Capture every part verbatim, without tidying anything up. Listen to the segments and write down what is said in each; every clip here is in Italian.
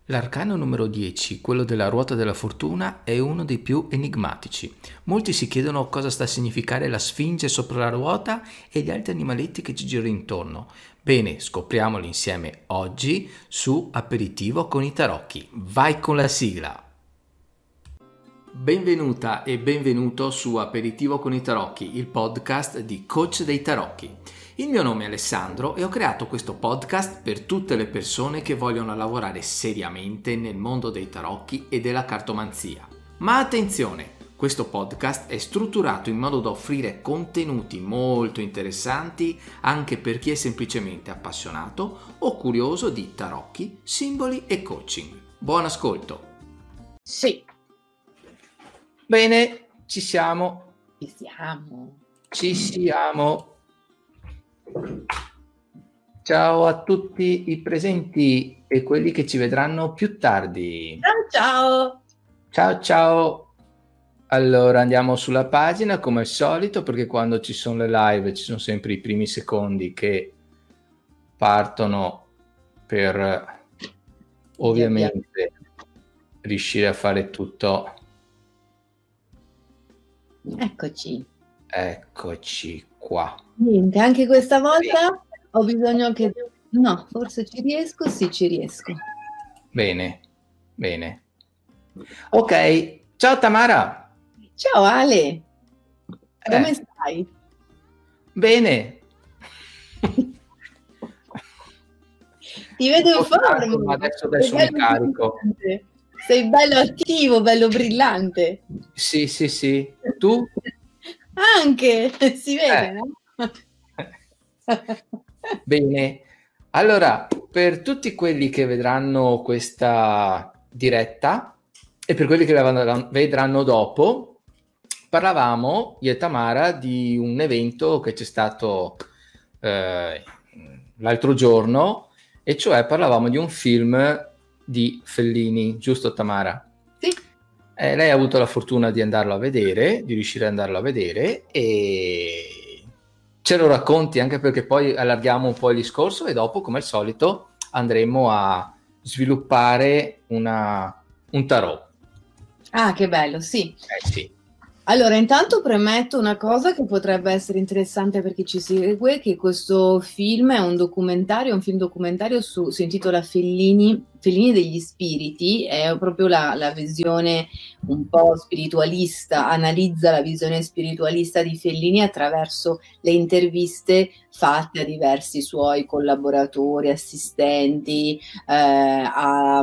L'arcano numero dieci, quello della ruota della fortuna, è uno dei più enigmatici. Molti si chiedono cosa sta a significare la sfinge sopra la ruota e gli altri animaletti che ci girano intorno. Bene, scopriamolo insieme oggi su Aperitivo con i Tarocchi. Vai con la sigla! Benvenuta e benvenuto su Aperitivo con i Tarocchi, il podcast di Coach dei Tarocchi. Il mio nome è Alessandro e ho creato questo podcast per tutte le persone che vogliono lavorare seriamente nel mondo dei tarocchi e della cartomanzia. Ma attenzione, questo podcast è strutturato in modo da offrire contenuti molto interessanti anche per chi è semplicemente appassionato o curioso di tarocchi, simboli e coaching. Buon ascolto! Sì. Bene, ci siamo. Ci siamo. Ci siamo. Ciao a tutti i presenti e quelli che ci vedranno più tardi. Ciao ciao. Ciao ciao. Allora andiamo sulla pagina come al solito, perché quando ci sono le live ci sono sempre i primi secondi che partono per ovviamente riuscire a fare tutto. Eccoci. Eccoci qua. Niente, anche questa volta ho bisogno che... No, forse ci riesco, sì ci riesco. Bene, bene. Ok, ciao Tamara. Ciao Ale, come Eh, stai? Bene. Ti vedo in forma. Ma adesso, adesso mi carico. Brillante. Sei bello attivo, bello brillante. Sì, sì, sì. Tu? Anche, si vede, Eh. no? Bene. Allora, per tutti quelli che vedranno questa diretta e per quelli che la vedranno dopo, parlavamo io e Tamara di un evento che c'è stato eh, l'altro giorno, e cioè parlavamo di un film di Fellini, giusto Tamara? Sì. Eh, lei ha avuto la fortuna di andarlo a vedere, di riuscire ad andarlo a vedere, e ce lo racconti, anche perché poi allarghiamo un po' il discorso e dopo, come al solito, andremo a sviluppare una, un tarot. Ah, che bello, sì. Eh sì. Allora, intanto premetto una cosa che potrebbe essere interessante per chi ci segue, che questo film è un documentario, un film documentario su, si intitola Fellini, Fellini degli spiriti, è proprio la, la visione un po' spiritualista, analizza la visione spiritualista di Fellini attraverso le interviste fatte a diversi suoi collaboratori, assistenti, eh, a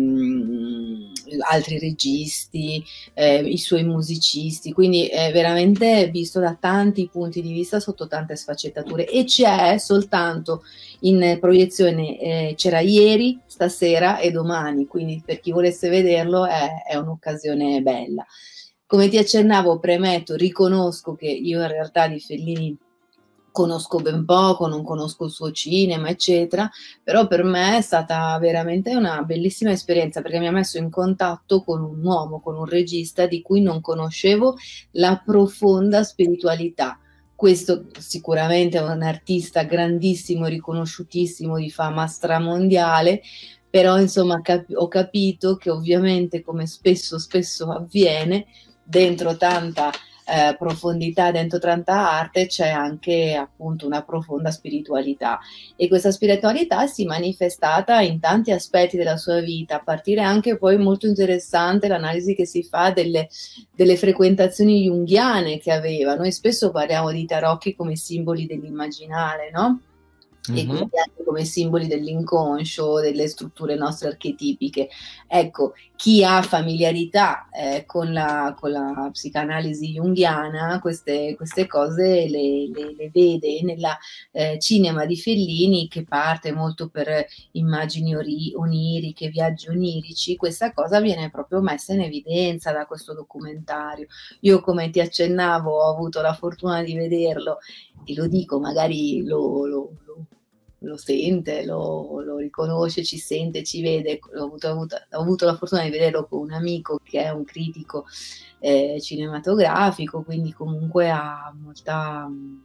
um, altri registi, eh, i suoi musicisti, quindi è veramente visto da tanti punti di vista, sotto tante sfaccettature, e c'è soltanto in proiezione, eh, c'era ieri, stasera e domani, quindi per chi volesse vederlo è, è un'occasione bella. Come ti accennavo, premetto, riconosco che io in realtà di Fellini conosco ben poco, non conosco il suo cinema, eccetera, però per me è stata veramente una bellissima esperienza, perché mi ha messo in contatto con un uomo, con un regista di cui non conoscevo la profonda spiritualità. Questo sicuramente è un artista grandissimo, riconosciutissimo, di fama stramondiale, però insomma cap- ho capito che ovviamente, come spesso spesso avviene, dentro tanta Eh, profondità, dentro tanta arte, c'è anche appunto una profonda spiritualità, e questa spiritualità si è manifestata in tanti aspetti della sua vita, a partire anche poi molto interessante l'analisi che si fa delle, delle frequentazioni junghiane che aveva. Noi spesso parliamo di tarocchi come simboli dell'immaginare, no? E Mm-hmm. quindi anche come simboli dell'inconscio, delle strutture nostre archetipiche. Ecco, chi ha familiarità eh, con, la, con la psicanalisi junghiana, queste, queste cose le, le, le vede nella eh, cinema di Fellini, che parte molto per immagini ori, oniriche, viaggi onirici. Questa cosa viene proprio messa in evidenza da questo documentario. Io, come ti accennavo, ho avuto la fortuna di vederlo, e lo dico, magari lo, lo, lo, lo sente, lo, lo riconosce, ci sente, ci vede. Ho avuto, avuto, ho avuto la fortuna di vederlo con un amico che è un critico eh, cinematografico, quindi comunque ha molta,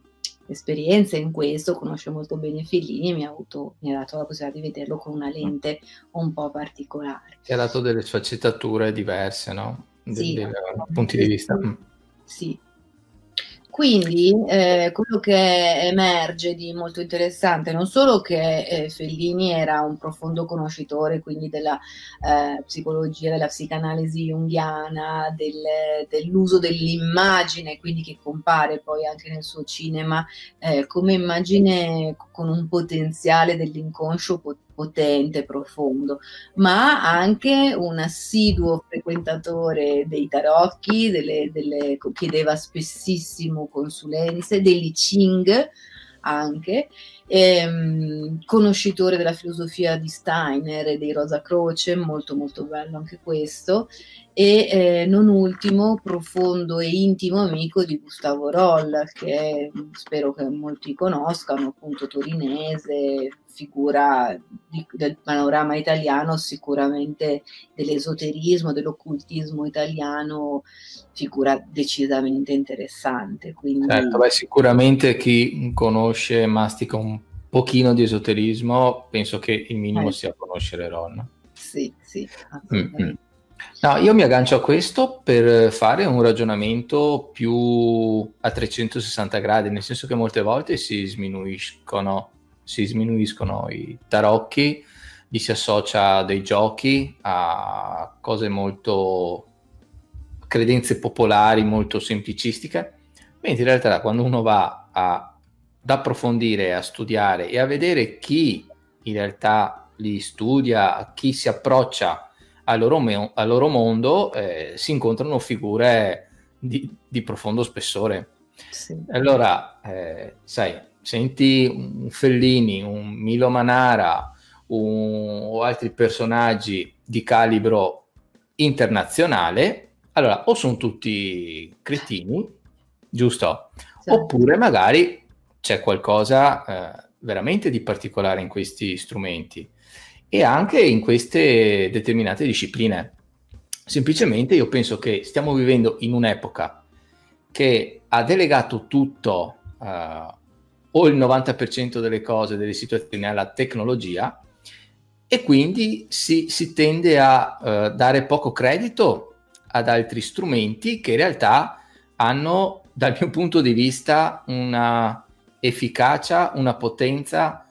esperienza in questo, conosce molto bene Fellini e mi ha, avuto, mi ha dato la possibilità di vederlo con una lente un po' particolare. Ti ha dato delle sfaccettature diverse, no? De- Sì, dei punti di vista. sì. Quindi eh, quello che emerge di molto interessante, non solo che eh, Fellini era un profondo conoscitore quindi della eh, psicologia, della psicanalisi junghiana, del, dell'uso dell'immagine, quindi che compare poi anche nel suo cinema eh, come immagine con un potenziale dell'inconscio potente, profondo, ma anche un assiduo frequentatore dei tarocchi, delle, delle, chiedeva spessissimo consulenze, degli Ching anche, ehm, conoscitore della filosofia di Steiner e dei Rosa Croce, molto molto bello anche questo, e eh, non ultimo profondo e intimo amico di Gustavo Roll, che spero che molti conoscano, appunto torinese, figura di, del panorama italiano, sicuramente dell'esoterismo, dell'occultismo italiano, figura decisamente interessante. Quindi... Certo, beh, sicuramente chi conosce e mastica un pochino di esoterismo, penso che il minimo eh. sia conoscere Ron. Sì, sì, assolutamente. Mm-hmm. No, io mi aggancio a questo per fare un ragionamento più a trecentosessanta gradi, nel senso che molte volte si sminuiscono, si sminuiscono i tarocchi, gli si associa dei giochi a cose molto, credenze popolari, molto semplicistiche, mentre in realtà quando uno va a, ad approfondire, a studiare e a vedere chi in realtà li studia, chi si approccia al loro, me- al loro mondo, eh, si incontrano figure di, di profondo spessore. Sì. Allora, eh, sai, senti un Fellini, un Milo Manara un, o altri personaggi di calibro internazionale, allora o sono tutti cretini, giusto? Sì. Oppure magari c'è qualcosa eh, veramente di particolare in questi strumenti e anche in queste determinate discipline. Semplicemente io penso che stiamo vivendo in un'epoca che ha delegato tutto uh, o il novanta per cento delle cose, delle situazioni alla tecnologia e quindi si, si tende a uh, dare poco credito ad altri strumenti che in realtà hanno, dal mio punto di vista, una efficacia, una potenza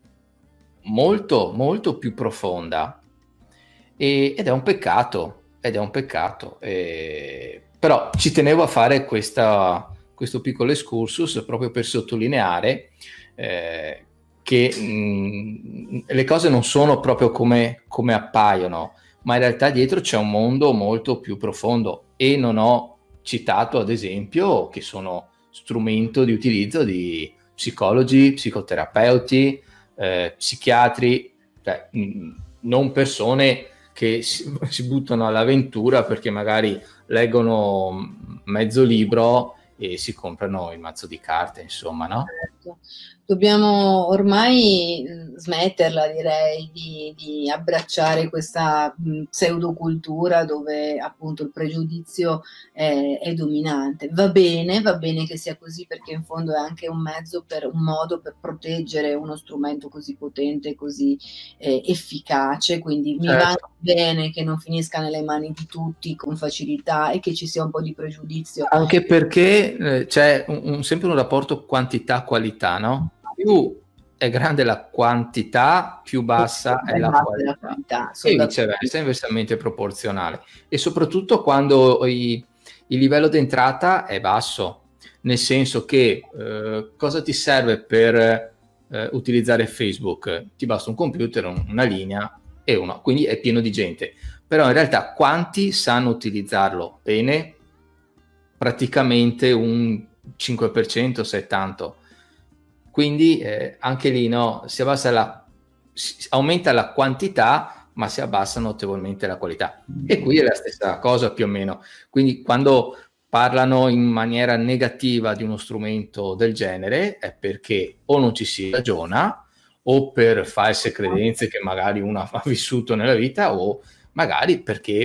molto molto più profonda e, ed è un peccato ed è un peccato e, però ci tenevo a fare questa, questo piccolo excursus proprio per sottolineare eh, che mh, le cose non sono proprio come, come appaiono, ma in realtà dietro c'è un mondo molto più profondo e non ho citato ad esempio che sono strumento di utilizzo di psicologi, psicoterapeuti, Eh, psichiatri, cioè, mh, non persone che si, si buttano all'avventura perché magari leggono mezzo libro e si comprano il mazzo di carte, insomma, no? Certo. Dobbiamo ormai smetterla, direi, di, di abbracciare questa mh, pseudocultura dove appunto il pregiudizio è, è dominante. Va bene, va bene che sia così perché in fondo è anche un mezzo, per un modo per proteggere uno strumento così potente, così eh, efficace, quindi mi certo. va bene che non finisca nelle mani di tutti con facilità e che ci sia un po' di pregiudizio. Anche perché eh, c'è un, un, sempre un rapporto quantità-qualità, no? Più è grande la quantità, più bassa è, è la qualità, la qualità e viceversa, è inversamente proporzionale. E soprattutto quando i, il livello d'entrata è basso, nel senso che eh, cosa ti serve per eh, utilizzare Facebook? Ti basta un computer, un, una linea e uno, quindi è pieno di gente. Però in realtà quanti sanno utilizzarlo bene? Praticamente un cinque per cento, se è tanto. Quindi eh, anche lì no, si abbassa la, si aumenta la quantità, ma si abbassa notevolmente la qualità. E qui è la stessa cosa più o meno. Quindi quando parlano in maniera negativa di uno strumento del genere è perché o non ci si ragiona, o per false credenze che magari uno ha vissuto nella vita, o magari perché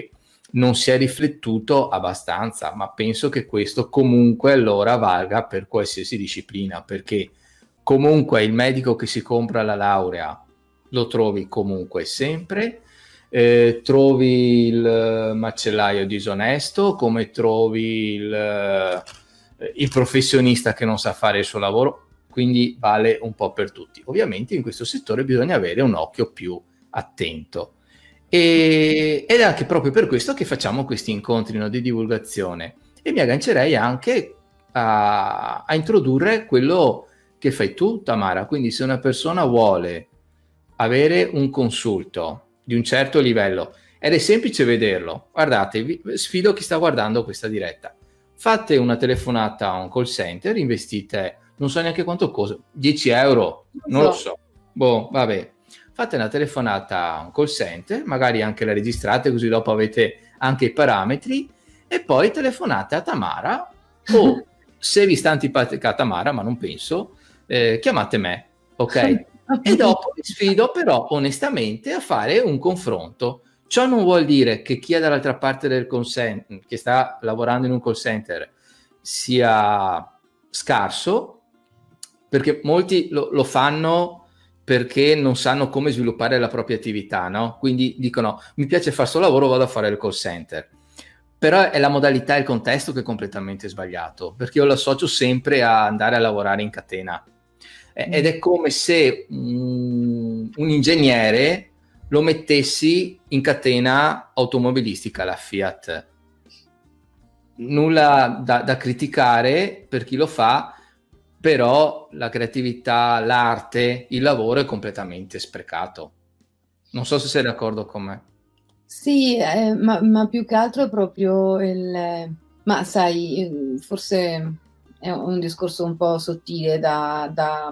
non si è riflettuto abbastanza, ma penso che questo comunque allora valga per qualsiasi disciplina, perché comunque il medico che si compra la laurea lo trovi comunque sempre, eh, trovi il macellaio disonesto, come trovi il, il professionista che non sa fare il suo lavoro, quindi vale un po' per tutti. Ovviamente in questo settore bisogna avere un occhio più attento. E, ed è anche proprio per questo che facciamo questi incontri, no, di divulgazione, e mi aggancerei anche a, a introdurre quello che fai tu, Tamara. Quindi se una persona vuole avere un consulto di un certo livello, ed è semplice vederlo, guardate, vi sfido chi sta guardando questa diretta, fate una telefonata a un call center, investite non so neanche quanto costa, dieci euro, non lo so, boh, vabbè, fate una telefonata a un call center, magari anche la registrate, così dopo avete anche i parametri, e poi telefonate a Tamara, o se vi sta antipatica Tamara, ma non penso, eh, chiamate me, ok? E dopo vi sfido però onestamente a fare un confronto. Ciò non vuol dire che chi è dall'altra parte del call center, che sta lavorando in un call center, sia scarso, perché molti lo, lo fanno perché non sanno come sviluppare la propria attività, no? Quindi dicono, mi piace fare questo lavoro, vado a fare il call center. Però è la modalità e il contesto che è completamente sbagliato, perché io lo associo sempre a andare a lavorare in catena. Mm. Ed è come se um, un ingegnere lo mettessi in catena automobilistica, la Fiat. Nulla da, da criticare per chi lo fa, però la creatività, l'arte, il lavoro è completamente sprecato. Non so se sei d'accordo con me. Sì, eh, ma, ma più che altro è proprio il... Ma sai, forse è un discorso un po' sottile da, da,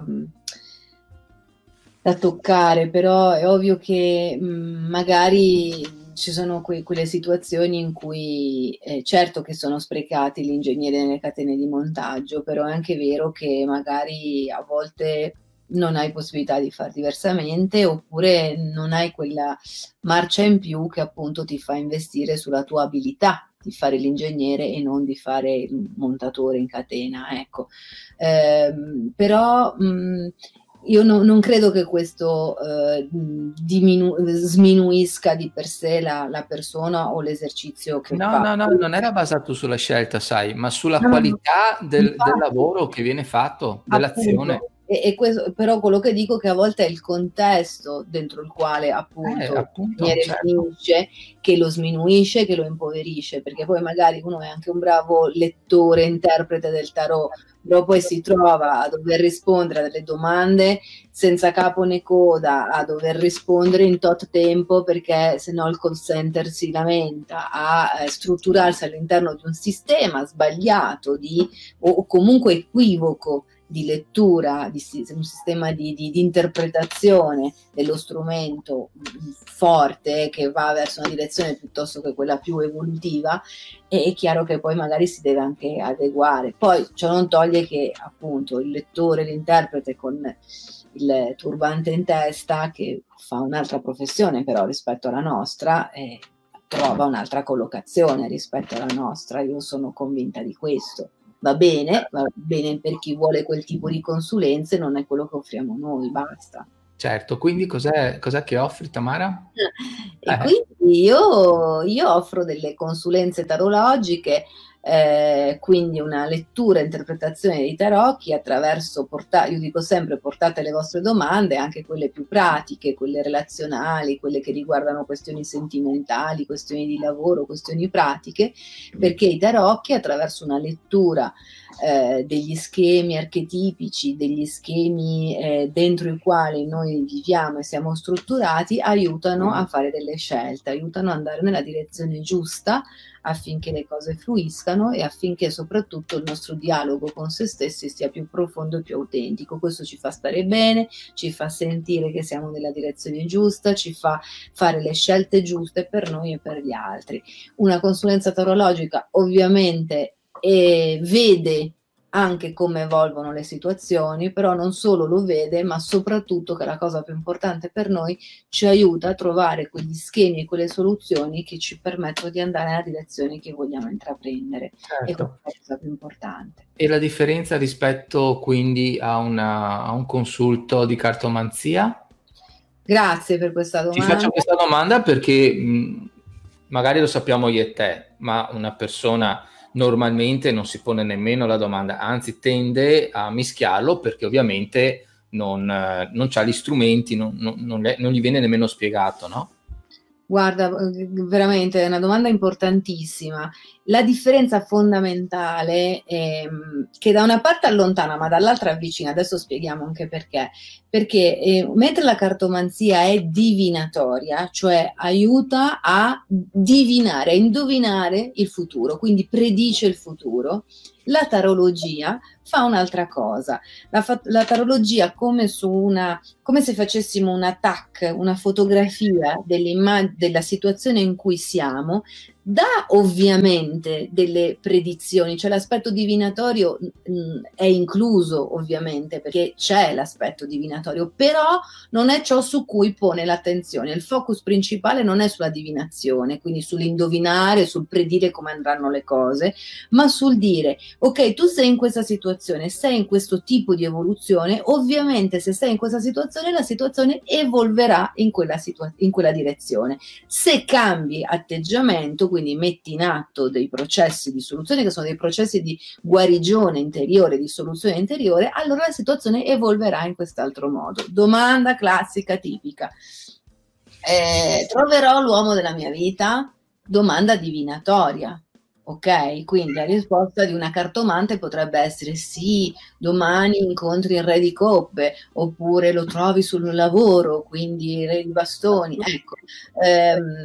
da toccare, però è ovvio che mh, magari ci sono que- quelle situazioni in cui eh, certo che sono sprecati gli ingegneri nelle catene di montaggio, però è anche vero che magari a volte non hai possibilità di far diversamente, oppure non hai quella marcia in più che appunto ti fa investire sulla tua abilità di fare l'ingegnere e non di fare il montatore in catena, ecco. Eh, però mh, io no, non credo che questo eh, diminu- sminuisca di per sé la, la persona o l'esercizio che no, fa. No, no, non era basato sulla scelta, sai, ma sulla No, qualità del, infatti, del lavoro che viene fatto, dell'azione. appunto, e, e questo, però quello che dico è che a volte è il contesto dentro il quale appunto, Eh, appunto, l'ingegnere certo. finisce che lo sminuisce, che lo impoverisce, perché poi magari uno è anche un bravo lettore, interprete del tarot, però poi si trova a dover rispondere a delle domande senza capo né coda, a dover rispondere in tot tempo perché se no il call center si lamenta, a eh, strutturarsi all'interno di un sistema sbagliato di, o, o comunque equivoco di lettura, di un sistema di, di, di interpretazione dello strumento forte che va verso una direzione piuttosto che quella più evolutiva, e è chiaro che poi magari si deve anche adeguare. Poi ciò non toglie che appunto il lettore, l'interprete con il turbante in testa, che fa un'altra professione però rispetto alla nostra, eh, trova un'altra collocazione rispetto alla nostra. Io sono convinta di questo. Va bene, va bene per chi vuole quel tipo di consulenze, non è quello che offriamo noi, basta. Certo, quindi cos'è, cos'è che offri, Tamara? E Eh. quindi io, io offro delle consulenze tarologiche, eh, quindi una lettura e interpretazione dei tarocchi attraverso, porta- io dico sempre, portate le vostre domande, anche quelle più pratiche, quelle relazionali, quelle che riguardano questioni sentimentali, questioni di lavoro, questioni pratiche, perché i tarocchi attraverso una lettura eh, degli schemi archetipici, degli schemi eh, dentro i quali noi viviamo e siamo strutturati, aiutano a fare delle scelte, aiutano ad andare nella direzione giusta affinché le cose fluiscano e affinché soprattutto il nostro dialogo con se stessi sia più profondo e più autentico. Questo ci fa stare bene, ci fa sentire che siamo nella direzione giusta, ci fa fare le scelte giuste per noi e per gli altri. Una consulenza tarologica ovviamente e vede anche come evolvono le situazioni, però non solo lo vede, ma soprattutto, che è la cosa più importante per noi, ci aiuta a trovare quegli schemi e quelle soluzioni che ci permettono di andare nella direzione che vogliamo intraprendere. Certo. E questa è la cosa più importante. E la differenza rispetto quindi a, una, a un consulto di cartomanzia? Grazie per questa domanda. Ti faccio questa domanda perché mh, magari lo sappiamo io e te, ma una persona normalmente non si pone nemmeno la domanda, anzi tende a mischiarlo perché ovviamente non, eh, non c'ha gli strumenti, non, non, non, le, non gli viene nemmeno spiegato, no? Guarda, veramente è una domanda importantissima. La differenza fondamentale è che da una parte allontana, ma dall'altra avvicina. Adesso spieghiamo anche perché. Perché eh, mentre la cartomanzia è divinatoria, cioè aiuta a divinare, a indovinare il futuro, quindi predice il futuro, la tarologia fa un'altra cosa. La, fa- la tarologia, come su una, come se facessimo un attack, una fotografia della situazione in cui siamo, dà ovviamente delle predizioni, cioè l'aspetto divinatorio mh, è incluso ovviamente perché c'è l'aspetto divinatorio, però non è ciò su cui pone l'attenzione. Il focus principale non è sulla divinazione, quindi sull'indovinare, sul predire come andranno le cose, ma sul dire ok, tu sei in questa situazione, sei in questo tipo di evoluzione, ovviamente se sei in questa situazione la situazione evolverà in quella, situa- in quella direzione. Se cambi atteggiamento, quindi metti in atto dei processi di soluzione che sono dei processi di guarigione interiore, di soluzione interiore, allora la situazione evolverà in quest'altro modo. Domanda classica, tipica. Eh, troverò l'uomo della mia vita? Domanda divinatoria. Ok, quindi la risposta di una cartomante potrebbe essere sì, domani incontri il re di coppe, oppure lo trovi sul lavoro, quindi il re di bastoni. Ecco, ehm,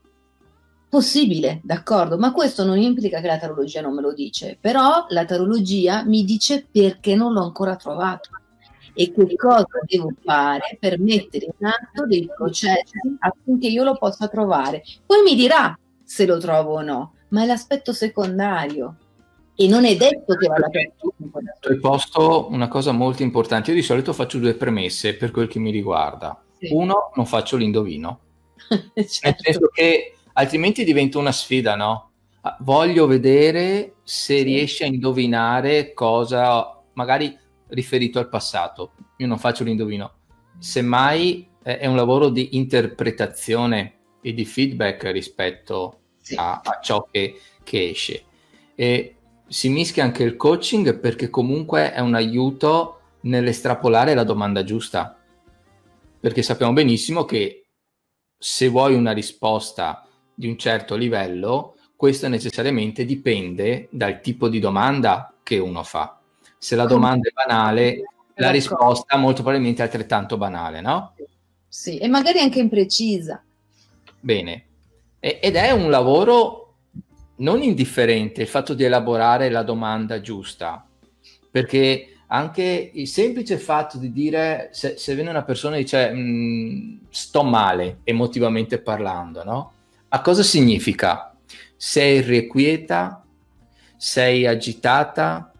possibile, d'accordo, ma questo non implica che la tarologia non me lo dice, però la tarologia mi dice perché non l'ho ancora trovato e che cosa devo fare per mettere in atto dei processi affinché io lo possa trovare. Poi mi dirà se lo trovo o no, ma è l'aspetto secondario e non è detto che vada per tu. Tu hai posto una cosa molto importante. Io di solito faccio due premesse per quel che mi riguarda. Sì. Uno, non faccio l'indovino, certo. Nel senso che altrimenti diventa una sfida, no? Voglio vedere se sì. riesci a indovinare cosa, magari riferito al passato. Io non faccio l'indovino. Semmai eh, è un lavoro di interpretazione e di feedback rispetto sì. a, a ciò che, che esce. E si mischia anche il coaching perché comunque è un aiuto nell'estrapolare la domanda giusta. Perché sappiamo benissimo che se vuoi una risposta di un certo livello, questo necessariamente dipende dal tipo di domanda che uno fa. Se la domanda è banale, la risposta molto probabilmente è altrettanto banale, no? Sì, e magari anche imprecisa. Bene. E, ed è un lavoro non indifferente il fatto di elaborare la domanda giusta, perché anche il semplice fatto di dire, se, se viene una persona e dice sto male emotivamente parlando, no? A cosa significa? Sei irrequieta? Sei agitata?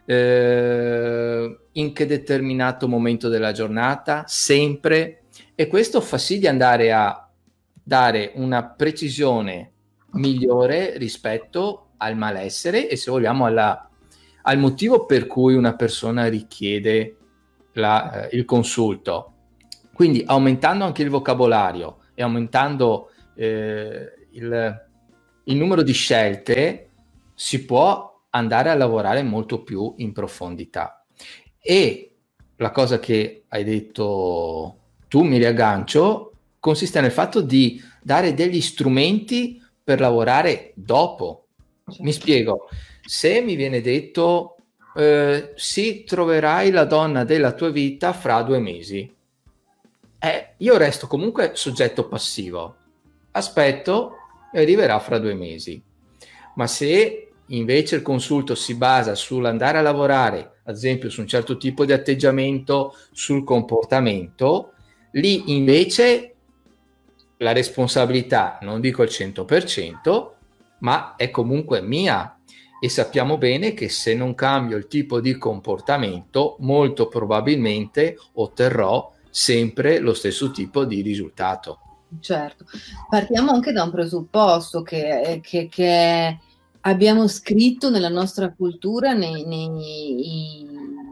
Eh, in che determinato momento della giornata? Sempre? E questo fa sì di andare a dare una precisione migliore rispetto al malessere e, se vogliamo, alla, al motivo per cui una persona richiede la, eh, il consulto. Quindi aumentando anche il vocabolario e aumentando eh, il, il numero di scelte si può andare a lavorare molto più in profondità. E la cosa che hai detto tu, mi riaggancio, consiste nel fatto di dare degli strumenti per lavorare dopo. Mi spiego. Se mi viene detto eh, sì, troverai la donna della tua vita fra due mesi, eh, io resto comunque soggetto passivo. Aspetto e arriverà fra due mesi. Ma se invece il consulto si basa sull'andare a lavorare, ad esempio, su un certo tipo di atteggiamento, sul comportamento, lì invece la responsabilità, non dico al cento per cento, ma è comunque mia. e sappiamo bene che se non cambio il tipo di comportamento, molto probabilmente otterrò sempre lo stesso tipo di risultato. Certo, partiamo anche da un presupposto che, che, che abbiamo scritto nella nostra cultura, nei, nei,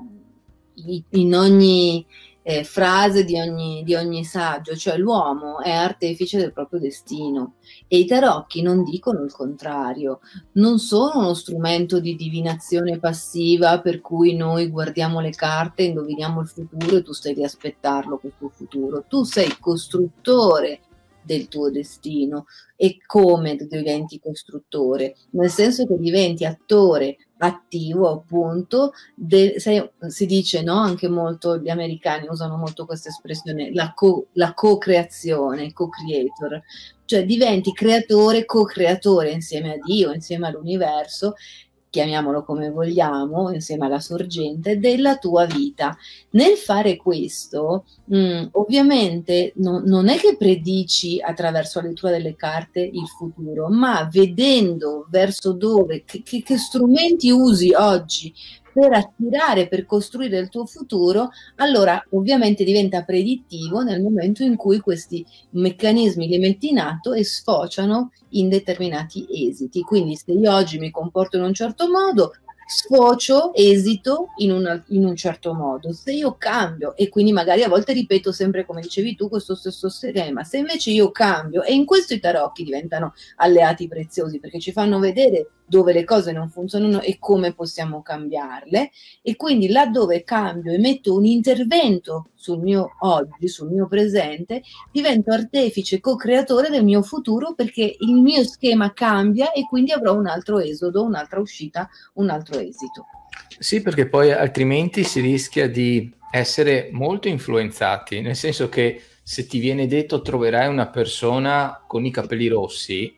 in ogni eh, frase di ogni, di ogni saggio, cioè l'uomo è artefice del proprio destino e i tarocchi non dicono il contrario, non sono uno strumento di divinazione passiva per cui noi guardiamo le carte, indoviniamo il futuro e tu stai di aspettarlo questo futuro, tu sei costruttore del tuo destino. E come diventi costruttore? Nel senso che diventi attore attivo, appunto, de, sei, si dice, no? Anche molto, gli americani usano molto questa espressione, la, co, la co-creazione, co-creator, cioè diventi creatore, co-creatore insieme a Dio, insieme all'universo, chiamiamolo come vogliamo, insieme alla sorgente della tua vita. Nel fare questo, mh, ovviamente no, non è che predici attraverso la lettura delle carte il futuro, ma vedendo verso dove, che, che, che strumenti usi oggi per attirare, per costruire il tuo futuro, allora ovviamente diventa predittivo nel momento in cui questi meccanismi li metti in atto e sfociano in determinati esiti. Quindi se io oggi mi comporto in un certo modo, sfocio, esito in, una, in un certo modo. Se io cambio, e quindi magari a volte ripeto sempre, come dicevi tu, questo stesso schema, se invece io cambio, e in questo i tarocchi diventano alleati preziosi, perché ci fanno vedere dove le cose non funzionano e come possiamo cambiarle, e quindi laddove cambio e metto un intervento sul mio oggi, sul mio presente, divento artefice, co-creatore del mio futuro, perché il mio schema cambia e quindi avrò un altro esodo, un'altra uscita, un altro esito. Sì, perché poi altrimenti si rischia di essere molto influenzati, nel senso che se ti viene detto troverai una persona con i capelli rossi,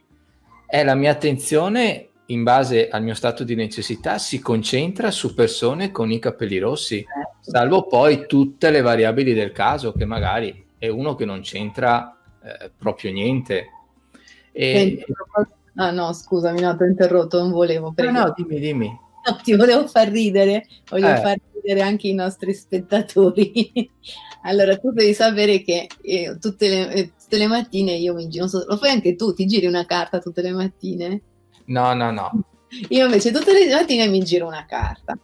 è la mia attenzione, in base al mio stato di necessità, si concentra su persone con i capelli rossi, salvo poi tutte le variabili del caso, che magari è uno che non c'entra eh, proprio niente. E... Ah no, scusami, no, ti ho interrotto, non volevo. Prego. No, no, dimmi, dimmi. No, ti volevo far ridere, voglio eh. far ridere anche i nostri spettatori. Allora, tu devi sapere che eh, tutte, le, eh, tutte le mattine io mi giro, so, lo fai anche tu, ti giri una carta tutte le mattine? No, no, no. Io invece tutte le mattine mi giro una carta.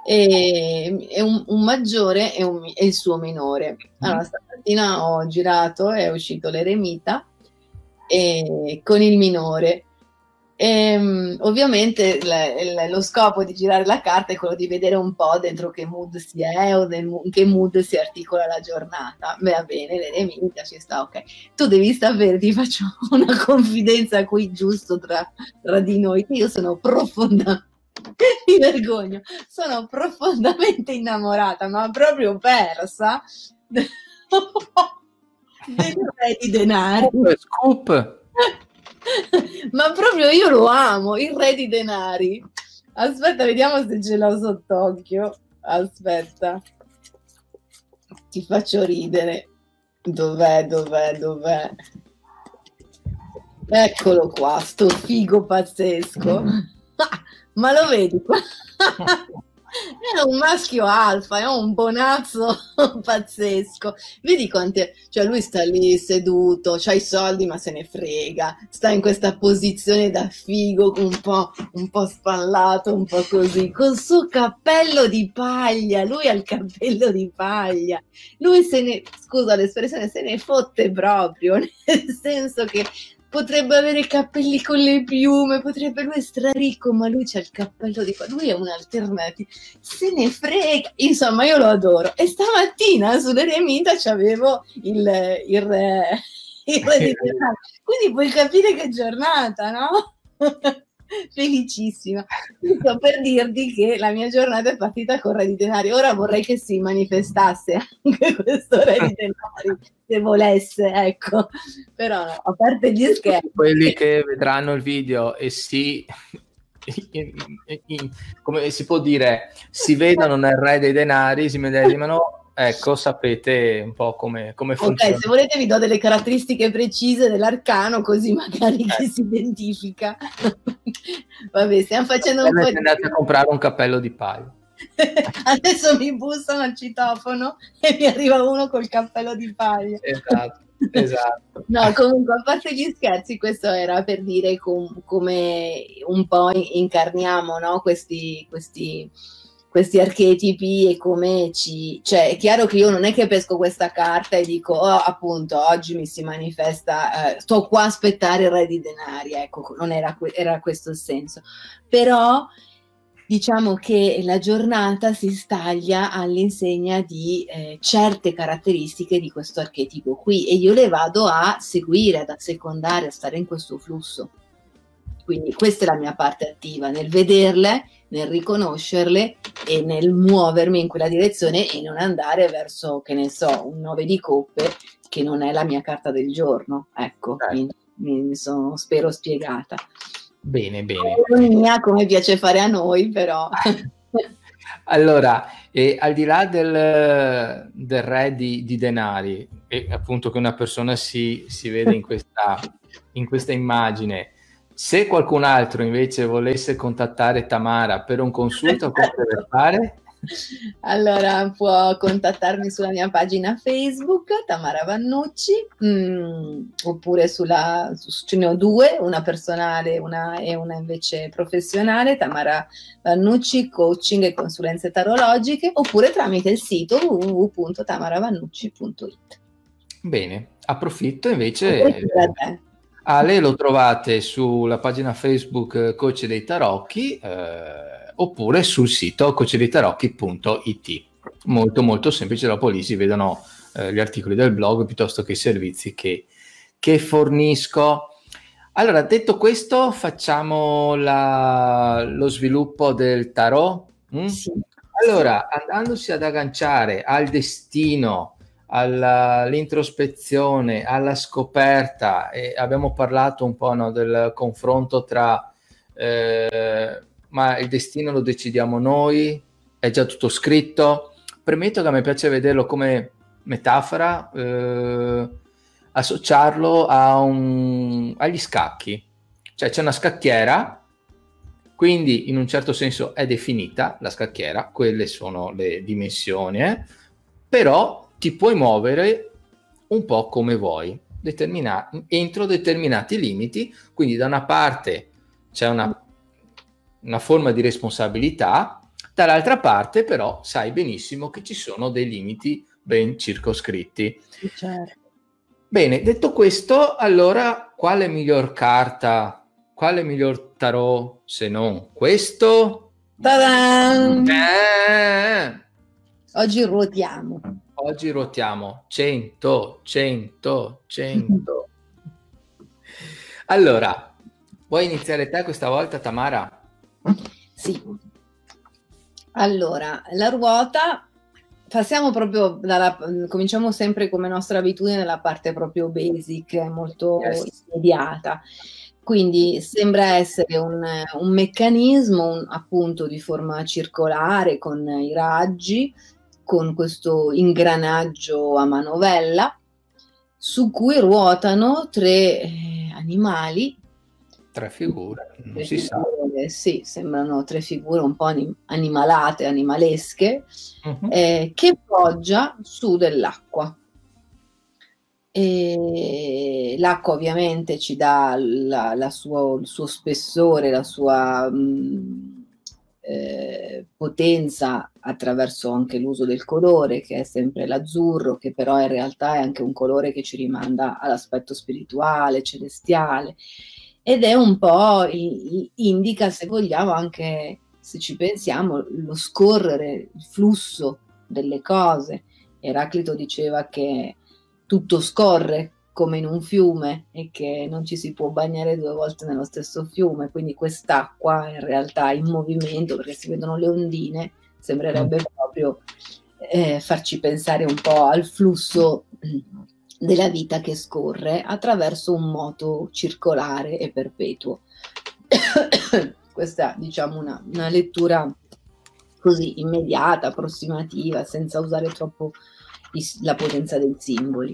E, e un, un maggiore e, un, e il suo minore. Allora, stamattina ho girato, è uscito l'eremita e, con il minore. E, ovviamente le, le, lo scopo di girare la carta è quello di vedere un po' dentro che mood si è o in che mood si articola la giornata. Beh, va bene, l'eremita ci sta, ok. Tu devi sapere, ti faccio una confidenza qui giusto tra, tra di noi, che io sono profondamente, mi vergogno, sono profondamente innamorata, ma proprio persa del re di denari. Scoop, scoop. Ma proprio io lo amo, il re di denari. Aspetta, vediamo se ce l'ho sott'occhio. Aspetta, ti faccio ridere. Dov'è, dov'è, dov'è? Eccolo qua, sto figo pazzesco. Ma lo vedi qua? È un maschio alfa, è un bonazzo pazzesco. Vedi quanti, cioè lui sta lì seduto, c'ha i soldi ma se ne frega, sta in questa posizione da figo un po', un po' spallato, un po' così, col suo cappello di paglia. Lui ha il cappello di paglia, lui se ne, scusa l'espressione, se ne fotte proprio, nel senso che potrebbe avere i capelli con le piume, potrebbe, lui è straricco, ma lui c'ha il cappello di... lui è un'alternativa, se ne frega, insomma io lo adoro. E stamattina sull'eremita c'avevo il, il re, il re di denari, quindi puoi capire che giornata, no? Felicissima. Sto per dirti che la mia giornata è partita con re di denari. Ora vorrei che si manifestasse anche questo re di denari, se volesse, ecco. Però no, a parte gli scherzi, quelli che vedranno il video e si in, in, in, come si può dire, si vedono nel re dei denari, si medesimano, ecco, sapete un po' come, come funziona. Ok, se volete vi do delle caratteristiche precise dell'arcano, così magari eh. chi si identifica. Vabbè, stiamo facendo un po' di... andate a comprare un cappello di paglio. Adesso mi bussano al citofono e mi arriva uno col cappello di paglio. Esatto, esatto. No, comunque, a parte gli scherzi, questo era per dire com- come un po' incarniamo, no? questi, questi, questi archetipi e come ci... Cioè, è chiaro che io non è che pesco questa carta e dico, oh, appunto, oggi mi si manifesta, eh, sto qua a aspettare il re di denari, ecco, non era, que- era questo il senso. Però... diciamo che la giornata si staglia all'insegna di eh, certe caratteristiche di questo archetipo qui e io le vado a seguire, ad assecondare, a stare in questo flusso. Quindi questa è la mia parte attiva, nel vederle, nel riconoscerle e nel muovermi in quella direzione e non andare verso, che ne so, un nove di coppe che non è la mia carta del giorno. Ecco, Certo. mi, mi sono, spero, spiegata. Bene, bene. Ironia, come piace fare a noi, però. Allora, eh, al di là del, del re di, di denari, e appunto che una persona si, si vede in questa, in questa immagine, se qualcun altro invece volesse contattare Tamara per un consulto, cosa deve fare? Allora può contattarmi sulla mia pagina Facebook Tamara Vannucci, mh, oppure sulla su, ce ne ho due, una personale una, e una invece professionale, Tamara Vannucci coaching e consulenze tarologiche, oppure tramite il sito w w w punto tamara vannucci punto i t. Bene, approfitto invece. Te. Ale lo trovate sulla pagina Facebook Coach dei Tarocchi, eh, oppure sul sito coach dei tarocchi punto i t. Molto molto semplice, dopo lì si vedono eh, gli articoli del blog piuttosto che i servizi che, che fornisco. Allora, detto questo, facciamo la, lo sviluppo del tarot. Mm? Sì. Allora, andandosi ad agganciare al destino, alla, all'introspezione, alla scoperta, e abbiamo parlato un po', no, del confronto tra eh, ma il destino lo decidiamo noi, è già tutto scritto. Premetto che a me piace vederlo come metafora, eh, associarlo a un, agli scacchi, cioè c'è una scacchiera, quindi in un certo senso è definita la scacchiera, quelle sono le dimensioni, eh? Però ti puoi muovere un po' come vuoi, determina- entro determinati limiti, quindi da una parte c'è una, una forma di responsabilità, dall'altra parte però sai benissimo che ci sono dei limiti ben circoscritti. Certo. Bene, detto questo, allora quale miglior carta, quale miglior tarot se non questo? Ta-da! Eh! Oggi ruotiamo. Oggi ruotiamo cento, cento, cento. Allora, vuoi iniziare te questa volta, Tamara? Sì. Allora, la ruota, passiamo proprio dalla, cominciamo sempre come nostra abitudine nella parte proprio basic, molto yes. immediata. Quindi sembra essere un, un meccanismo un, appunto di forma circolare con i raggi, con questo ingranaggio a manovella su cui ruotano tre eh, animali. Tre figure, non tre si figure, sa. Sì, sembrano tre figure un po' anim- animalate, animalesche, uh-huh. eh, che poggia su dell'acqua. E l'acqua ovviamente ci dà la, la suo, il suo spessore, la sua mh, eh, potenza attraverso anche l'uso del colore, che è sempre l'azzurro, che però in realtà è anche un colore che ci rimanda all'aspetto spirituale, celestiale, ed è un po' indica, se vogliamo, anche se ci pensiamo, lo scorrere, il flusso delle cose. Eraclito diceva che tutto scorre come in un fiume e che non ci si può bagnare due volte nello stesso fiume, quindi quest'acqua in realtà in movimento, perché si vedono le ondine, sembrerebbe proprio eh, farci pensare un po' al flusso della vita che scorre attraverso un moto circolare e perpetuo. Questa, diciamo, una, una lettura così immediata, approssimativa, senza usare troppo la potenza dei simboli.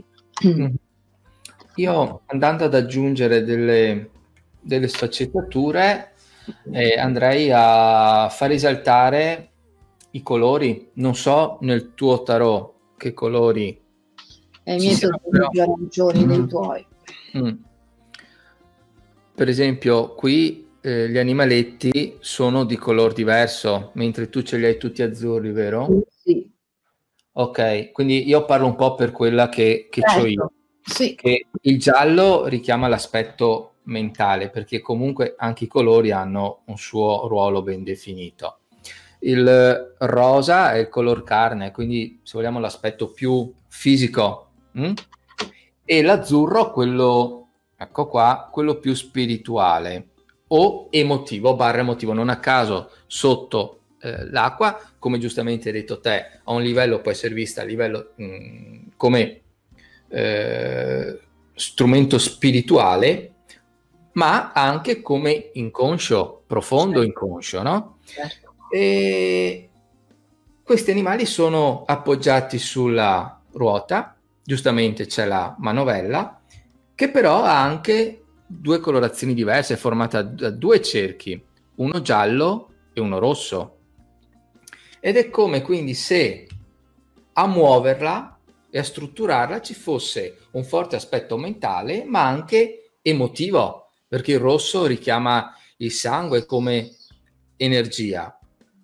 Io, andando ad aggiungere delle, delle sfaccettature, E andrei a far esaltare i colori. Non so nel tuo tarot che colori E i ci miei siano, sono però... più arancioni dei Mm. tuoi. Mm. Per esempio, qui eh, gli animaletti sono di color diverso, mentre tu ce li hai tutti azzurri, vero? Sì. Ok, quindi io parlo un po' per quella che, che c'ho io. Certo, sì. Che il giallo richiama l'aspetto mentale, perché comunque anche i colori hanno un suo ruolo ben definito. Il rosa è il color carne, quindi se vogliamo l'aspetto più fisico, hm? E l'azzurro, quello, ecco qua, quello più spirituale o emotivo, barra emotivo. Non a caso sotto eh, l'acqua, come giustamente hai detto te, a un livello può essere vista a livello mh, come eh, strumento spirituale, ma anche come inconscio, profondo inconscio, no? Certo. E questi animali sono appoggiati sulla ruota, giustamente c'è la manovella, che però ha anche due colorazioni diverse, è formata da due cerchi, uno giallo e uno rosso. Ed è come quindi se a muoverla e a strutturarla ci fosse un forte aspetto mentale, ma anche emotivo, perché il rosso richiama il sangue come energia.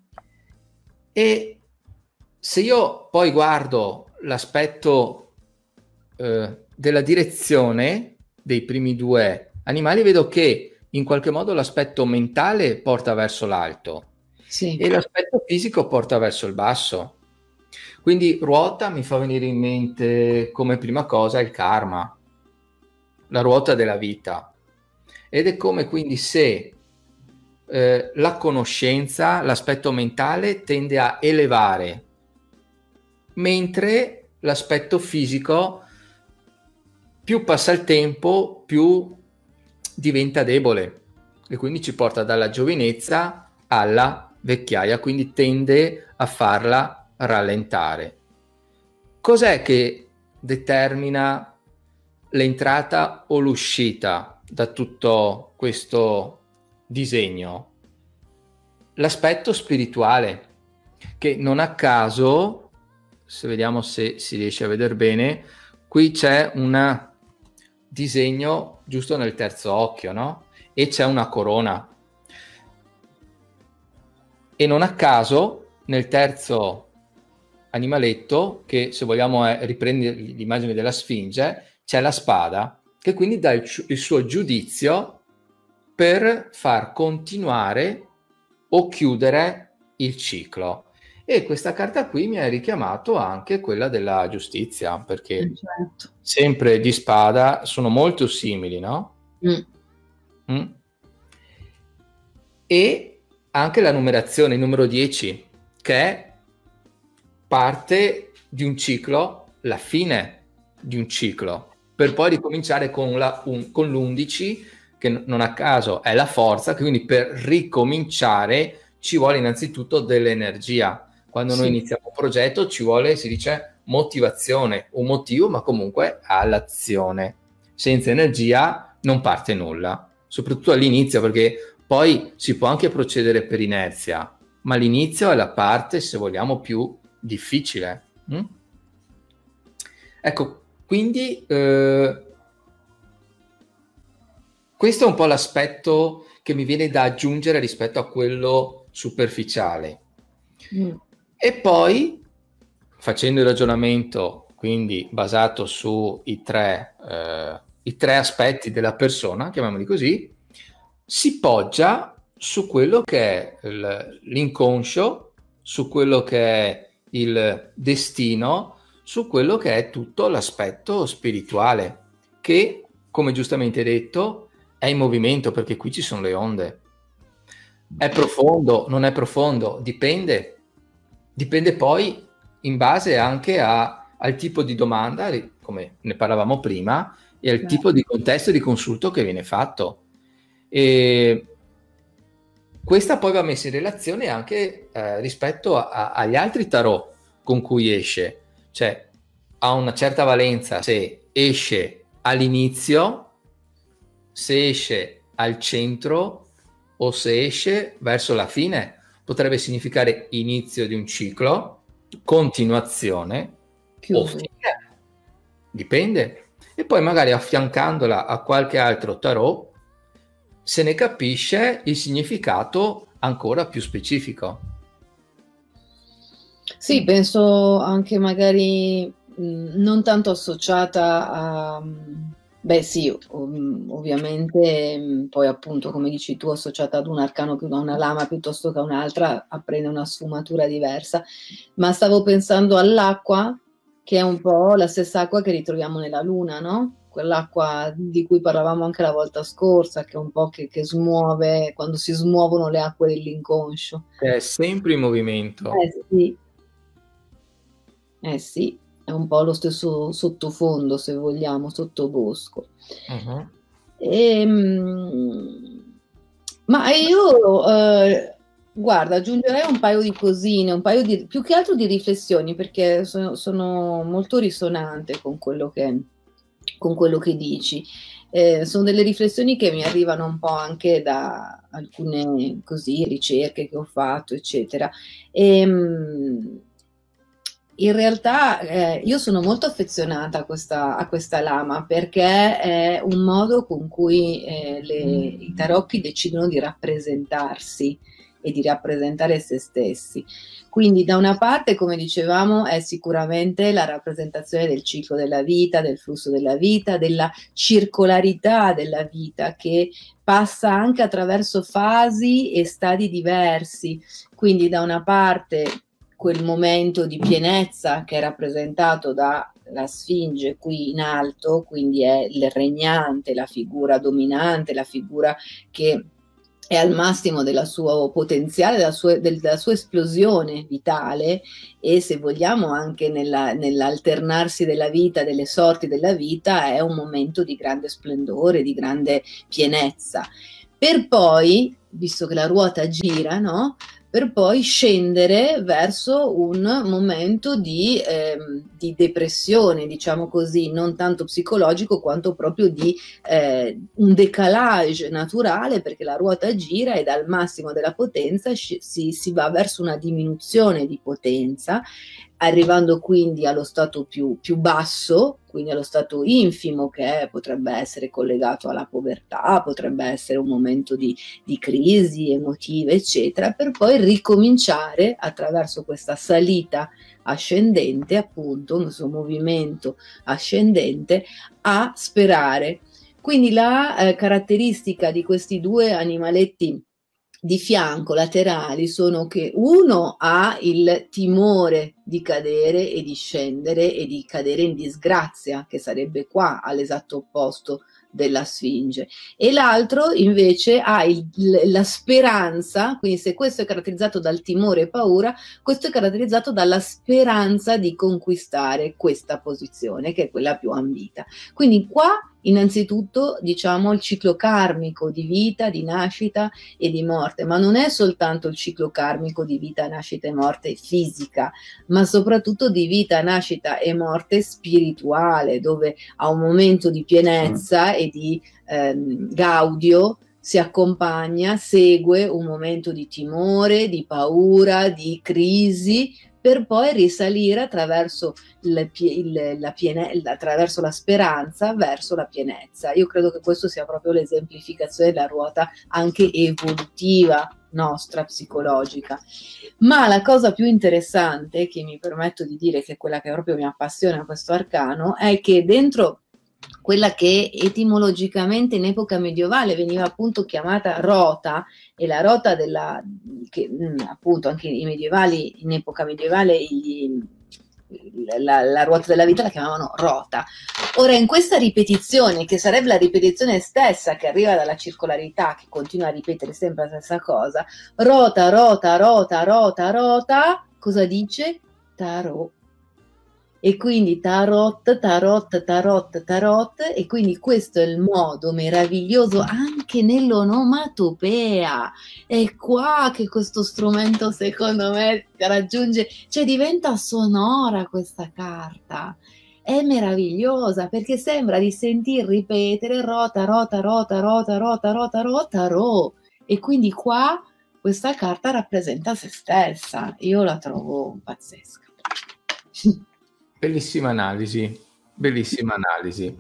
E se io poi guardo l'aspetto eh, della direzione dei primi due animali, vedo che in qualche modo l'aspetto mentale porta verso l'alto Sì. e l'aspetto fisico porta verso il basso. Quindi ruota mi fa venire in mente come prima cosa il karma, la ruota della vita. Ed è come quindi se eh, la conoscenza, l'aspetto mentale tende a elevare, mentre l'aspetto fisico, più passa il tempo, più diventa debole e quindi ci porta dalla giovinezza alla vecchiaia, quindi tende a farla rallentare. Cos'è che determina l'entrata o l'uscita da tutto questo disegno? L'aspetto spirituale, che non a caso, se vediamo se si riesce a vedere bene, qui c'è un disegno giusto nel terzo occhio, no? E c'è una corona. E non a caso nel terzo animaletto, che se vogliamo è, riprende l'immagine della Sfinge, c'è la spada, che quindi dà il, il suo giudizio per far continuare o chiudere il ciclo. E questa carta qui mi ha richiamato anche quella della giustizia, perché Certo. sempre di spada sono molto simili, no? Mm. Mm. E anche la numerazione, il numero dieci, che è parte di un ciclo, la fine di un ciclo, per poi ricominciare con, la, un, con l'undici, che non a caso è la forza, quindi per ricominciare ci vuole innanzitutto dell'energia. Quando sì. Noi iniziamo un progetto ci vuole, si dice, motivazione, un motivo, ma comunque all'azione. Senza energia non parte nulla, soprattutto all'inizio, perché poi si può anche procedere per inerzia, ma l'inizio è la parte, se vogliamo, più difficile. Mm? Ecco, quindi eh, questo è un po' l'aspetto che mi viene da aggiungere rispetto a quello superficiale. Mm. E poi, facendo il ragionamento, quindi basato sui tre, eh, i tre aspetti della persona, chiamiamoli così, si poggia su quello che è l'inconscio, su quello che è il destino, su quello che è tutto l'aspetto spirituale, che, come giustamente detto, è in movimento, perché qui ci sono le onde. È profondo, non è profondo, dipende. Dipende poi in base anche a, al tipo di domanda, come ne parlavamo prima, e al tipo di contesto di consulto che viene fatto. E questa poi va messa in relazione anche eh, rispetto a, a, agli altri tarot con cui esce, cioè ha una certa valenza se esce all'inizio, se esce al centro o se esce verso la fine, potrebbe significare inizio di un ciclo, continuazione o Chiuso. fine, dipende. E poi magari affiancandola a qualche altro tarot se ne capisce il significato ancora più specifico. Sì, penso anche magari mh, non tanto associata a... Beh sì, ov- ovviamente mh, poi appunto come dici tu associata ad un arcano, più- a una lama piuttosto che a un'altra, prende una sfumatura diversa, ma stavo pensando all'acqua, che è un po' la stessa acqua che ritroviamo nella luna, no? Quell'acqua di cui parlavamo anche la volta scorsa, che è un po' che, che smuove, quando si smuovono le acque dell'inconscio. È sempre in movimento. Eh sì, eh sì, è un po' lo stesso sottofondo, se vogliamo, sottobosco. Uh-huh. Ehm, ma io, eh, guarda, aggiungerei un paio di cosine, un paio di, più che altro di riflessioni, perché sono, sono molto risonante con quello che, con quello che dici. Eh, sono delle riflessioni che mi arrivano un po' anche da alcune così, ricerche che ho fatto, eccetera. Ehm, in realtà eh, io sono molto affezionata a questa, a questa lama perché è un modo con cui eh, le, i tarocchi decidono di rappresentarsi e di rappresentare se stessi. Quindi da una parte, come dicevamo, è sicuramente la rappresentazione del ciclo della vita, del flusso della vita, della circolarità della vita che passa anche attraverso fasi e stadi diversi. Quindi da una parte quel momento di pienezza che è rappresentato dalla Sfinge qui in alto, quindi è il regnante, la figura dominante, la figura che è al massimo del suo potenziale, della sua, della sua esplosione vitale e se vogliamo anche nella, nell'alternarsi della vita, delle sorti della vita, è un momento di grande splendore, di grande pienezza. Per poi, visto che la ruota gira, no? Per poi scendere verso un momento di, eh, di depressione, diciamo così, non tanto psicologico quanto proprio di eh, un decalage naturale, perché la ruota gira e dal massimo della potenza si, si va verso una diminuzione di potenza, arrivando quindi allo stato più, più basso, quindi allo stato infimo che potrebbe essere collegato alla povertà, potrebbe essere un momento di, di crisi emotive, eccetera, per poi ricominciare attraverso questa salita ascendente, appunto, un suo movimento ascendente, a sperare. Quindi la eh, caratteristica di questi due animaletti di fianco, laterali, sono che uno ha il timore di cadere e di scendere e di cadere in disgrazia, che sarebbe qua all'esatto opposto della Sfinge, e l'altro invece ha il, la speranza, quindi se questo è caratterizzato dal timore e paura, questo è caratterizzato dalla speranza di conquistare questa posizione, che è quella più ambita. Quindi qua innanzitutto diciamo il ciclo karmico di vita, di nascita e di morte, ma non è soltanto il ciclo karmico di vita, nascita e morte fisica, ma soprattutto di vita, nascita e morte spirituale, dove a un momento di pienezza e di ehm, gaudio si accompagna, segue un momento di timore, di paura, di crisi, per poi risalire attraverso, il, il, la piene, attraverso la speranza verso la pienezza. Io credo che questo sia proprio l'esemplificazione della ruota anche evolutiva nostra, psicologica. Ma la cosa più interessante, che mi permetto di dire che è quella che proprio mi appassiona questo arcano, è che dentro quella che etimologicamente in epoca medievale veniva appunto chiamata rota, e la rota della, che appunto anche i medievali, in epoca medievale, gli, la, la ruota della vita la chiamavano rota. Ora in questa ripetizione, che sarebbe la ripetizione stessa che arriva dalla circolarità, che continua a ripetere sempre la stessa cosa, rota, rota, rota, rota, rota, cosa dice? Tarot. E quindi tarot, tarot, tarot, tarot, e quindi questo è il modo meraviglioso anche nell'onomatopea. È qua che questo strumento secondo me raggiunge, cioè diventa sonora questa carta. È meravigliosa perché sembra di sentir ripetere rota, rota, rota, rota, rota, rota, rota, ro. E quindi qua questa carta rappresenta se stessa. Io la trovo pazzesca. Bellissima analisi, bellissima analisi.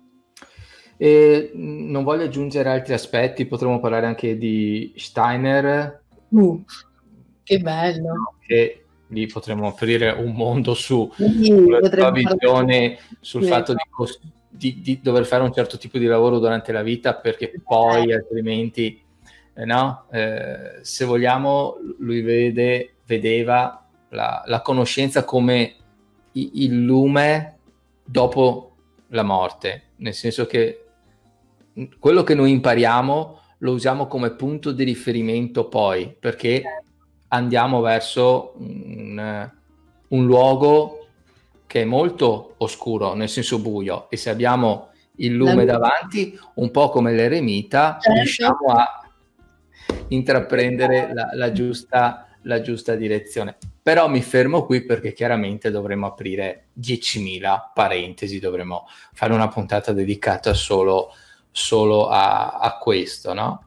E non voglio aggiungere altri aspetti, potremmo parlare anche di Steiner. Uh, che bello. Che lì potremmo aprire un mondo su, Sì, sulla sua potremmo visione, sul sì. fatto di, cos- di, di dover fare un certo tipo di lavoro durante la vita, perché poi altrimenti, eh, no? Eh, se vogliamo, lui vede, vedeva la, la conoscenza come i- il lume dopo la morte, nel senso che quello che noi impariamo lo usiamo come punto di riferimento poi, perché andiamo verso un, un luogo che è molto oscuro, nel senso buio, e se abbiamo il lume davanti, un po' come l'eremita, Certo. riusciamo a intraprendere la, la, giusta, la giusta direzione. Però mi fermo qui perché chiaramente dovremmo aprire diecimila parentesi, dovremmo fare una puntata dedicata solo, solo a, a questo, no?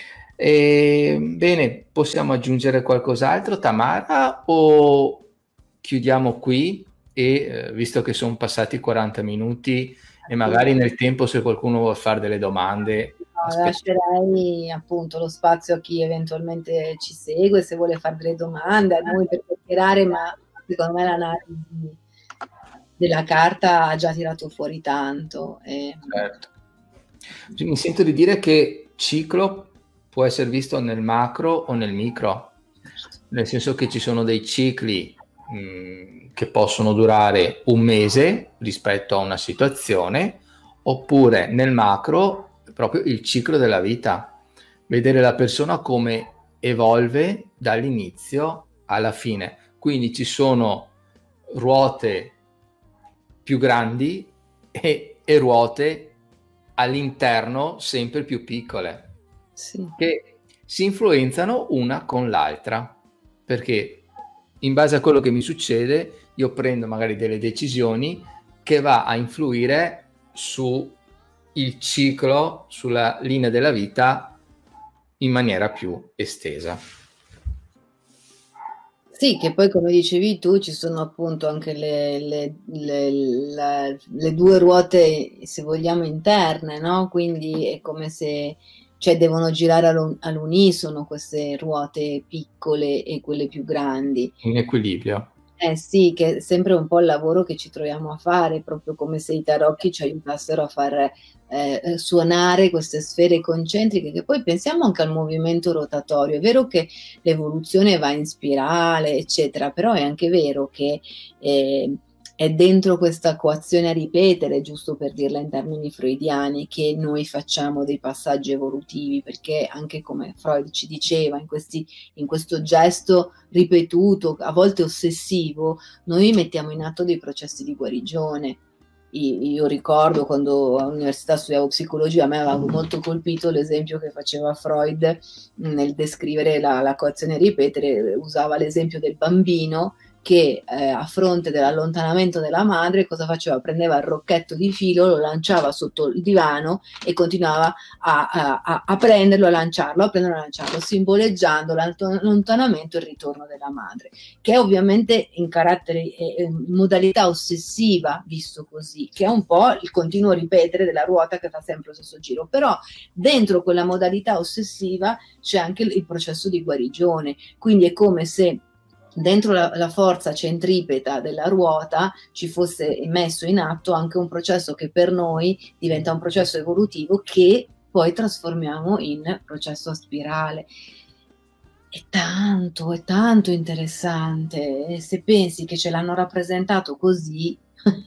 E, bene, possiamo aggiungere qualcos'altro, Tamara, o chiudiamo qui? E eh, visto che sono passati quaranta minuti e magari nel tempo, se qualcuno vuole fare delle domande, no, lascerei appunto lo spazio a chi eventualmente ci segue, se vuole fare delle domande a noi per chiacchierare, ma secondo me l'analisi della carta ha già tirato fuori tanto. E... Certo. Mi sento di dire che ciclo può essere visto nel macro o nel micro, nel senso che ci sono dei cicli mh, che possono durare un mese rispetto a una situazione, oppure nel macro proprio il ciclo della vita, vedere la persona come evolve dall'inizio alla fine. Quindi ci sono ruote più grandi e, e ruote all'interno sempre più piccole, sì, che si influenzano una con l'altra, perché in base a quello che mi succede io prendo magari delle decisioni che va a influire su il ciclo, sulla linea della vita in maniera più estesa. Sì, che poi come dicevi tu ci sono appunto anche le, le, le, le, le due ruote, se vogliamo, interne, no? Quindi è come se, cioè, devono girare all'unisono queste ruote piccole e quelle più grandi. In equilibrio. Eh sì, che è sempre un po' il lavoro che ci troviamo a fare, proprio come se i tarocchi ci aiutassero a far eh, suonare queste sfere concentriche, che poi pensiamo anche al movimento rotatorio. È vero che l'evoluzione va in spirale, eccetera, però è anche vero che eh, è dentro questa coazione a ripetere, giusto per dirla in termini freudiani, che noi facciamo dei passaggi evolutivi, perché anche come Freud ci diceva, in, questi, in questo gesto ripetuto, a volte ossessivo, noi mettiamo in atto dei processi di guarigione. Io ricordo quando all'università studiavo psicologia, a me aveva molto colpito l'esempio che faceva Freud nel descrivere la, la coazione a ripetere, usava l'esempio del bambino che eh, a fronte dell'allontanamento della madre cosa faceva? Prendeva il rocchetto di filo, lo lanciava sotto il divano e continuava a, a, a prenderlo, a lanciarlo, a prenderlo, a lanciarlo, simboleggiando l'allontanamento e il ritorno della madre, che è ovviamente in carattere, in modalità ossessiva, visto così, che è un po' il continuo ripetere della ruota che fa sempre lo stesso giro, però dentro quella modalità ossessiva c'è anche il processo di guarigione, quindi è come se dentro la, la forza centripeta della ruota ci fosse messo in atto anche un processo che per noi diventa un processo evolutivo che poi trasformiamo in processo a spirale. È tanto, è tanto interessante. E se pensi che ce l'hanno rappresentato così...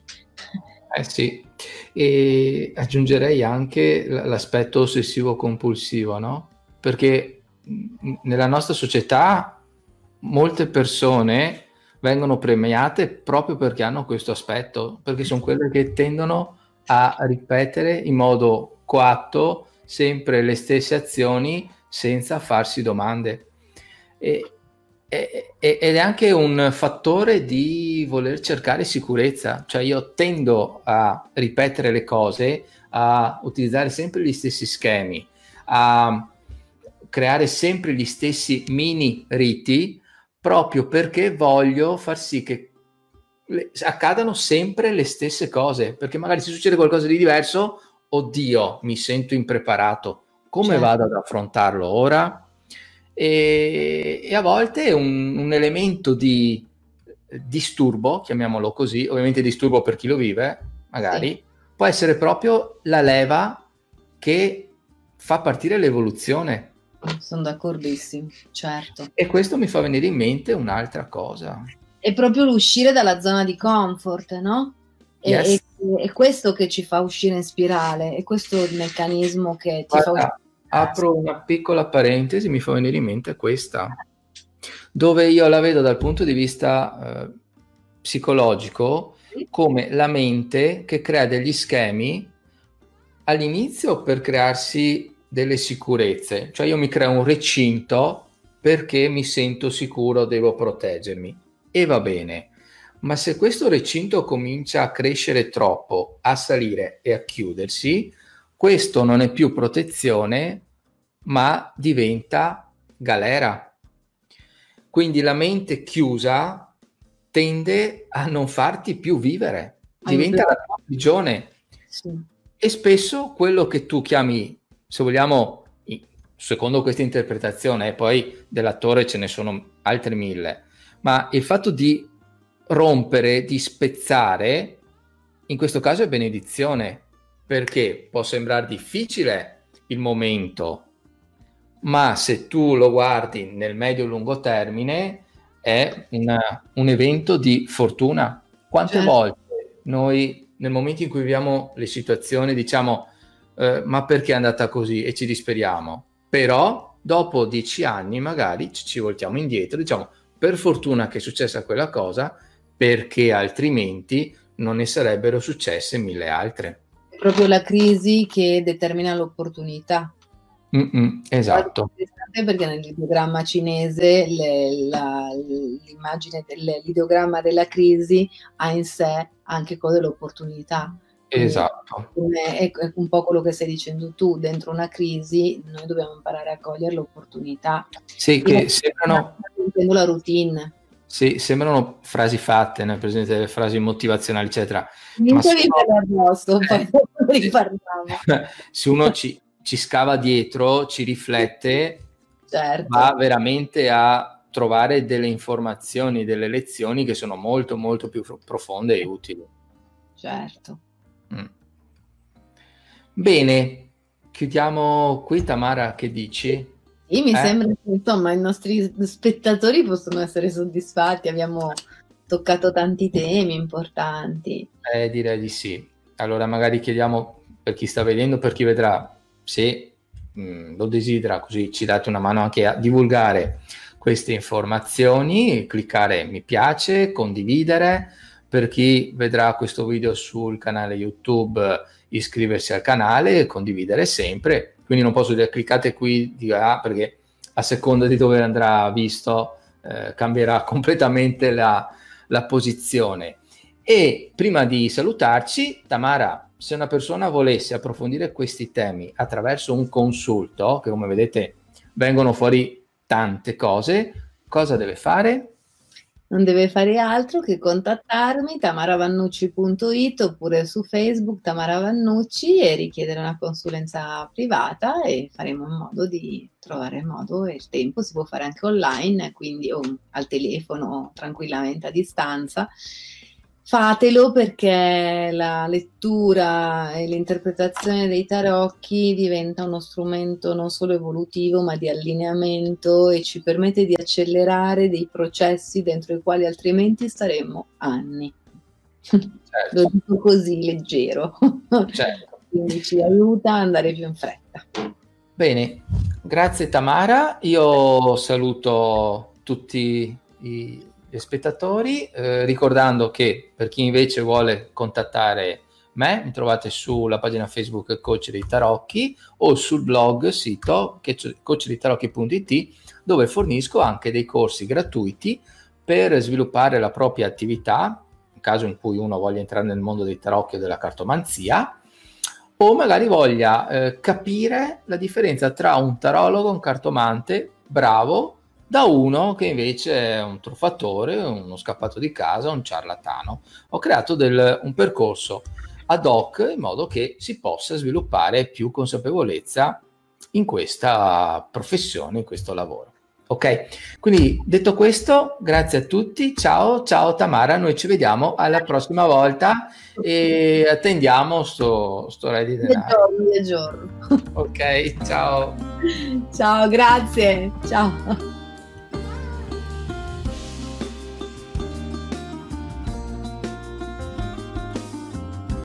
Eh sì, e aggiungerei anche l'aspetto ossessivo-compulsivo, no? Perché nella nostra società molte persone vengono premiate proprio perché hanno questo aspetto, perché sono quelle che tendono a ripetere in modo coatto sempre le stesse azioni senza farsi domande. E, e, ed è anche un fattore di voler cercare sicurezza, cioè io tendo a ripetere le cose, a utilizzare sempre gli stessi schemi, a creare sempre gli stessi mini riti proprio perché voglio far sì che le, accadano sempre le stesse cose, perché magari se succede qualcosa di diverso, oddio, mi sento impreparato, come Certo. vado ad affrontarlo ora? E, e a volte è un, un elemento di disturbo, chiamiamolo così, ovviamente disturbo per chi lo vive, magari, sì, può essere proprio la leva che fa partire l'evoluzione. Sono d'accordissimo, certo. E questo mi fa venire in mente un'altra cosa. È proprio l'uscire dalla zona di comfort, no? E, Yes. e, è questo che ci fa uscire in spirale, è questo il meccanismo che ti Guarda, fa uscire. Apro una piccola parentesi, mi fa venire in mente questa, dove io la vedo dal punto di vista eh, psicologico come la mente che crea degli schemi all'inizio per crearsi delle sicurezze, cioè io mi creo un recinto perché mi sento sicuro, devo proteggermi e va bene, ma se questo recinto comincia a crescere troppo, a salire e a chiudersi, questo non è più protezione, ma diventa galera. Quindi la mente chiusa tende a non farti più vivere, diventa la tua prigione. Sì. E spesso quello che tu chiami, se vogliamo, secondo questa interpretazione, e poi dell'attore ce ne sono altri mille, ma il fatto di rompere, di spezzare, in questo caso è benedizione, perché può sembrare difficile il momento, ma se tu lo guardi nel medio-lungo termine è una, un evento di fortuna. Quante certo. volte noi nel momento in cui viviamo le situazioni diciamo eh, ma perché è andata così e ci disperiamo, però dopo dieci anni magari ci, ci voltiamo indietro, diciamo per fortuna che è successa quella cosa, perché altrimenti non ne sarebbero successe mille altre. È proprio la crisi che determina l'opportunità. Mm-mm, esatto. È interessante perché nell'ideogramma cinese le, la, l'immagine dell'ideogramma della crisi ha in sé anche quello dell'opportunità. Esatto. È, è un po' quello che stai dicendo tu, dentro una crisi noi dobbiamo imparare a cogliere l'opportunità. Sì, che sembrano la routine. Sì, sembrano frasi fatte, no? Presente delle frasi motivazionali, eccetera. Ma se uno, addosso, poi eh, riparliamo. Se uno ci, ci scava dietro, ci riflette, certo. va veramente a trovare delle informazioni, delle lezioni che sono molto, molto più profonde e utili. Certo. Mm. Bene, chiudiamo qui, Tamara, che dici? Sì, mi eh? sembra che insomma i nostri spettatori possono essere soddisfatti, abbiamo toccato tanti temi importanti. Eh, direi di sì. Allora magari chiediamo per chi sta vedendo, per chi vedrà, se mh, lo desidera, così ci date una mano anche a divulgare queste informazioni, cliccare mi piace, condividere. Per chi vedrà questo video sul canale YouTube, iscriversi al canale e condividere sempre. Quindi non posso dire cliccate qui di là, perché a seconda di dove andrà visto eh, cambierà completamente la, la posizione. E prima di salutarci, Tamara, se una persona volesse approfondire questi temi attraverso un consulto, che come vedete vengono fuori tante cose, cosa deve fare? Non deve fare altro che contattarmi tamara vannucci punto it oppure su Facebook Tamara Vannucci e richiedere una consulenza privata e faremo in modo di trovare il modo e il tempo. Si può fare anche online, quindi o al telefono tranquillamente a distanza. Fatelo perché la lettura e l'interpretazione dei tarocchi diventa uno strumento non solo evolutivo ma di allineamento e ci permette di accelerare dei processi dentro i quali altrimenti staremmo anni. Certo. Lo dico così, leggero. Certo. Quindi ci aiuta ad andare più in fretta. Bene, grazie Tamara. Io saluto tutti i gli spettatori, eh, ricordando che per chi invece vuole contattare me, mi trovate sulla pagina Facebook Coach dei Tarocchi o sul blog sito coach dei tarocchi punto it, dove fornisco anche dei corsi gratuiti per sviluppare la propria attività, in caso in cui uno voglia entrare nel mondo dei tarocchi o della cartomanzia, o magari voglia eh, capire la differenza tra un tarologo, un cartomante bravo, da uno che invece è un truffatore, uno scappato di casa, un ciarlatano. Ho creato del, un percorso ad hoc in modo che si possa sviluppare più consapevolezza in questa professione, in questo lavoro. Ok, quindi detto questo, grazie a tutti, ciao, ciao Tamara, noi ci vediamo alla prossima volta e attendiamo sto, sto ready di giorno, di giorno. Ok, ciao. Ciao, grazie, ciao.